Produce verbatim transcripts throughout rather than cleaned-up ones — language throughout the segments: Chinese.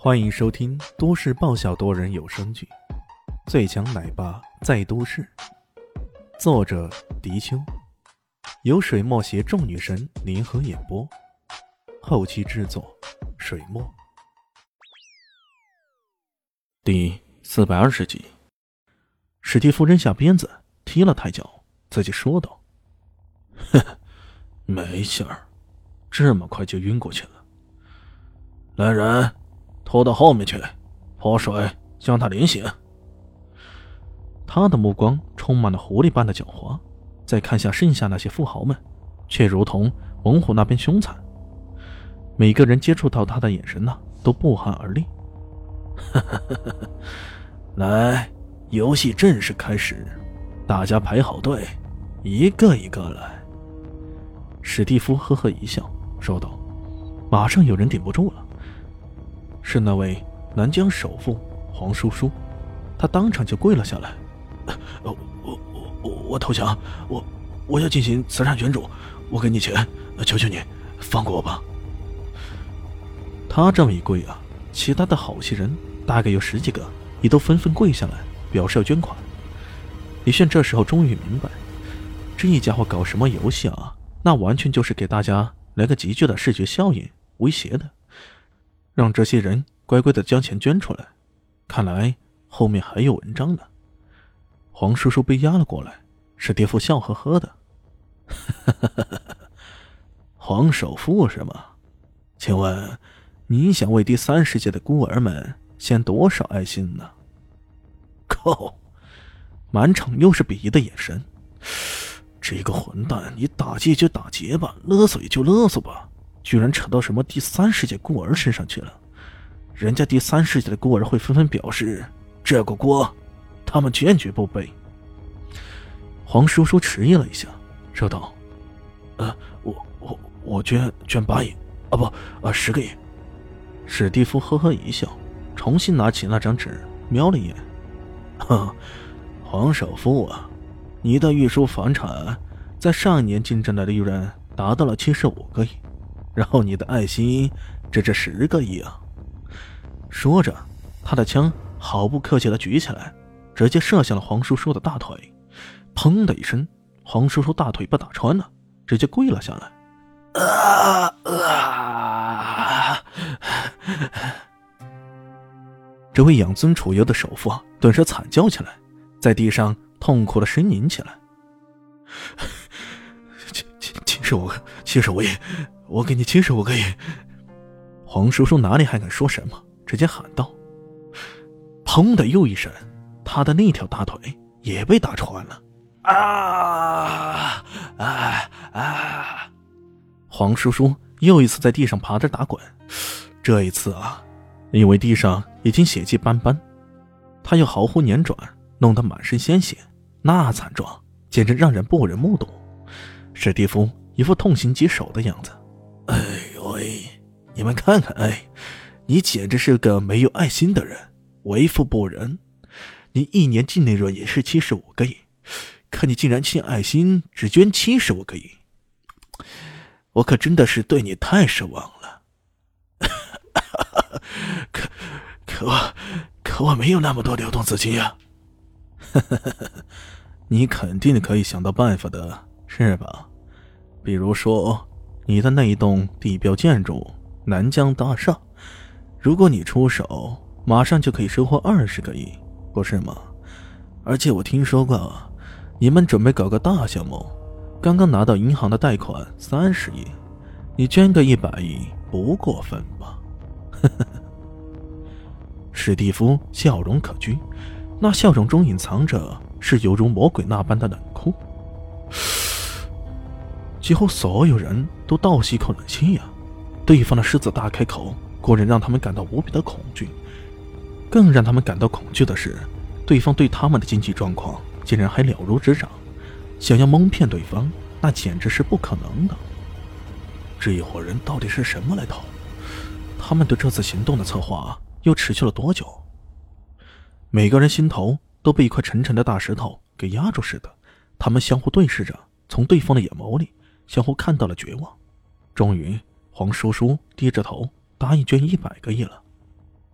欢迎收听都市爆笑多人有声剧《最强奶爸在都市》，作者：迪秋，由水墨携众女神联合演播，后期制作：水墨。第四百二十集，史蒂夫扔下鞭子，踢了他一脚，自己说道：“呵呵，没事儿，这么快就晕过去了。来人！”拖到后面去，泼水将他淋醒。他的目光充满了狐狸般的狡猾，再看向剩下那些富豪们，却如同猛虎那边凶残。每个人接触到他的眼神呢，都不寒而栗。来，游戏正式开始，大家排好队，一个一个来。史蒂夫呵呵一笑，说道：“马上有人顶不住了。”是那位南疆首富黄叔叔，他当场就跪了下来。我我我我投降，我我要进行慈善捐助，我给你钱，求求你放过我吧。他这么一跪啊，其他的好心人大概有十几个，也都纷纷跪下来表示要捐款。李炫这时候终于明白，这一家伙搞什么游戏啊，那完全就是给大家来个极具的视觉效应威胁的，让这些人乖乖的将钱捐出来，看来后面还有文章呢。黄叔叔被压了过来，史蒂夫笑呵呵的。黄首富是吗？请问你想为第三世界的孤儿们献多少爱心呢？够！满场又是鄙夷的眼神。这个混蛋，你打劫就打劫吧，勒索也就勒索吧，居然扯到什么第三世界孤儿身上去了。人家第三世界的孤儿会纷纷表示，这个锅他们坚决不背。黄叔叔迟疑了一下，说道：呃我我我捐捐八亿啊不啊十个亿。史蒂夫呵呵一笑，重新拿起那张纸瞄了一眼。哼，黄首富啊，你的玉书房产在上一年竞争的利润达到了七十五个亿，然后你的爱心这这十个亿啊！说着，他的枪毫不客气地举起来，直接射向了黄叔叔的大腿。砰的一声，黄叔叔大腿被打穿了，直接跪了下来。啊啊！这位养尊处优的首富顿时惨叫起来，在地上痛苦地呻吟起来。七七七十五个，七十五亿，我给你七十五个亿！黄叔叔哪里还敢说什么，直接喊道。砰的又一声，他的那条大腿也被打穿了。啊啊啊！黄叔叔又一次在地上爬着打滚，这一次啊，因为地上已经血迹斑斑，他又毫无辗转，弄得满身鲜血，那惨状简直让人不忍目睹。史蒂夫一副痛心疾首的样子。哎呦喂，你们看看，哎，你简直是个没有爱心的人，为富不仁。你一年净利润也是七十五个亿，可你竟然欠爱心只捐七十五个亿，我可真的是对你太失望了。可可我可我没有那么多流动资金呀。你肯定可以想到办法的，是吧？比如说你的那一栋地标建筑南疆大厦，如果你出手，马上就可以收获二十个亿，不是吗？而且我听说过你们准备搞个大项目，刚刚拿到银行的贷款三十亿，你捐个一百亿不过分吧？史蒂夫笑容可掬，那笑容中隐藏着是犹如魔鬼那般的冷酷。几乎所有人都倒吸一口冷气呀、啊！对方的狮子大开口，果然让他们感到无比的恐惧。更让他们感到恐惧的是，对方对他们的经济状况竟然还了如指掌，想要蒙骗对方，那简直是不可能的。这一伙人到底是什么来头？他们对这次行动的策划又持续了多久？每个人心头都被一块沉沉的大石头给压住似的，他们相互对视着，从对方的眼眸里相互看到了绝望。终于，黄叔叔低着头答应捐一百个亿了。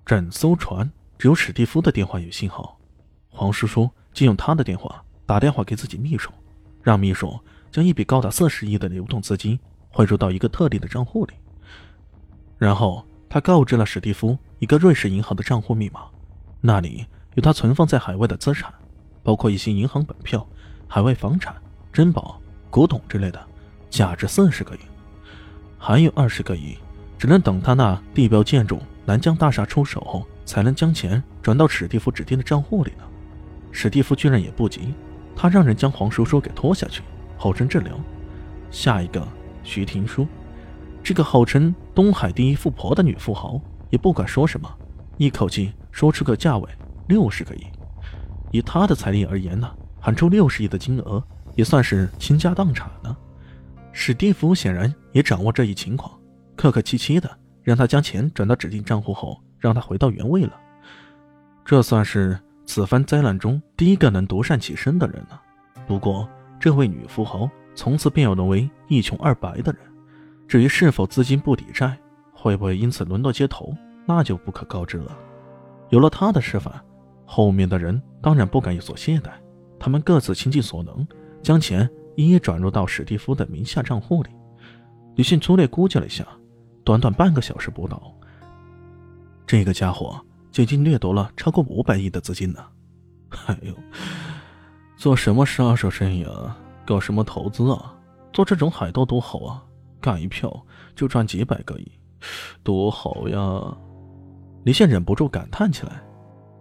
整艘船只有史蒂夫的电话有信号，黄叔叔就用他的电话打电话给自己秘书，让秘书将一笔高达四十亿的流动资金汇入到一个特定的账户里。然后他告知了史蒂夫一个瑞士银行的账户密码，那里有他存放在海外的资产，包括一些银行本票、海外房产、珍宝、古董之类的，价值四十个亿。还有二十个亿只能等他那地标建筑南江大厦出手后，才能将钱转到史蒂夫指定的账户里呢。史蒂夫居然也不急，他让人将黄叔叔给拖下去，后称治疗。下一个徐婷书，这个号称东海第一富婆的女富豪，也不管说什么，一口气说出个价位六十个亿。以她的财力而言呢，喊出六十亿的金额也算是倾家荡产了。史蒂夫显然也掌握这一情况，客客气气的让他将钱转到指定账户后，让他回到原位了。这算是此番灾难中第一个能独善其身的人了。不过这位女富豪从此便要沦为一穷二白的人，至于是否资金不抵债，会不会因此沦落街头，那就不可告知了。有了他的示范，后面的人当然不敢有所懈怠，他们各自倾尽所能，将钱一一转入到史蒂夫的名下账户里。李迅粗略估计了一下，短短半个小时不到，这个家伙就已经掠夺了超过五百亿的资金呢。哎呦，做什么杀手生意啊，搞什么投资啊，做这种海盗多好啊，干一票就赚几百个亿，多好呀。李现忍不住感叹起来。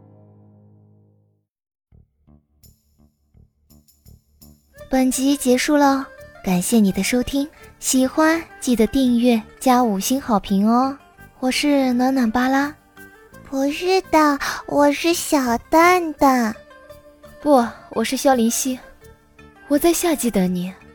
本集结束了，感谢你的收听，喜欢记得订阅加五星好评哦。我是暖暖巴拉。 不是的，我是小蛋蛋。 不，我是萧林希。我在夏季等你。